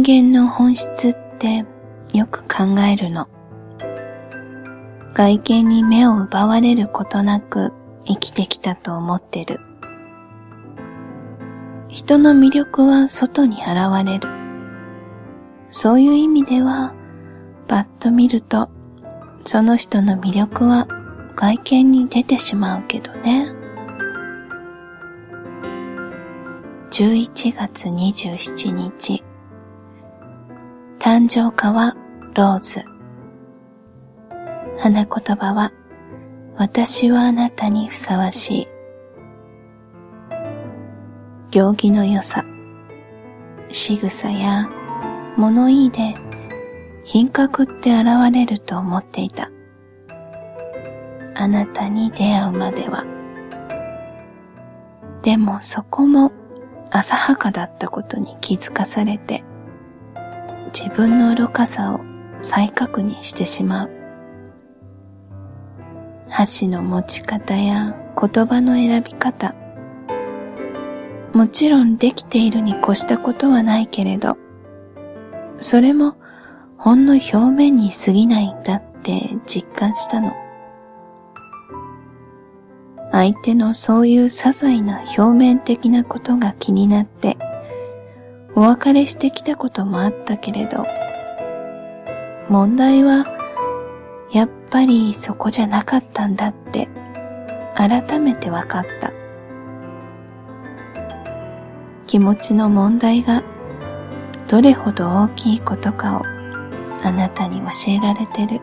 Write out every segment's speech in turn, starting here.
間の本質ってよく考えるの。外見に目を奪われることなく生きてきたと思ってる。人の魅力は外に現れる。そういう意味では、パッと見ると、その人の魅力は外見に出てしまうけどね。11月27日、誕生花はローズ。花言葉は、私はあなたにふさわしい。行儀の良さ、仕草や物言いで品格って現れると思っていた。あなたに出会うまでは。でもそこも浅はかだったことに気づかされて、自分の愚かさを再確認してしまう。箸の持ち方や言葉の選び方、もちろんできているに越したことはないけれど、それもほんの表面に過ぎないんだって実感したの。相手のそういう些細な表面的なことが気になって、お別れしてきたこともあったけれど、問題はやっぱりそこじゃなかったんだって改めて分かった。気持ちの問題がどれほど大きいことかをあなたに教えられてる。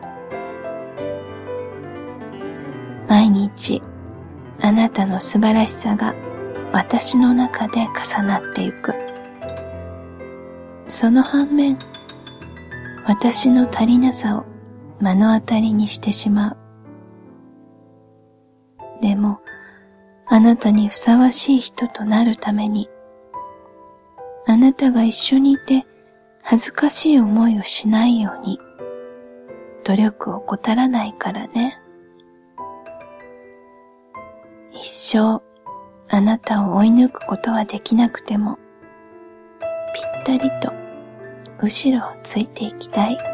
毎日あなたの素晴らしさが私の中で重なってゆく。その反面、私の足りなさを目の当たりにしてしまう。でも、あなたにふさわしい人となるために、あなたが一緒にいて恥ずかしい思いをしないように、努力を怠らないからね。一生、あなたを追い抜くことはできなくても、ぴったりと後ろをついていきたい。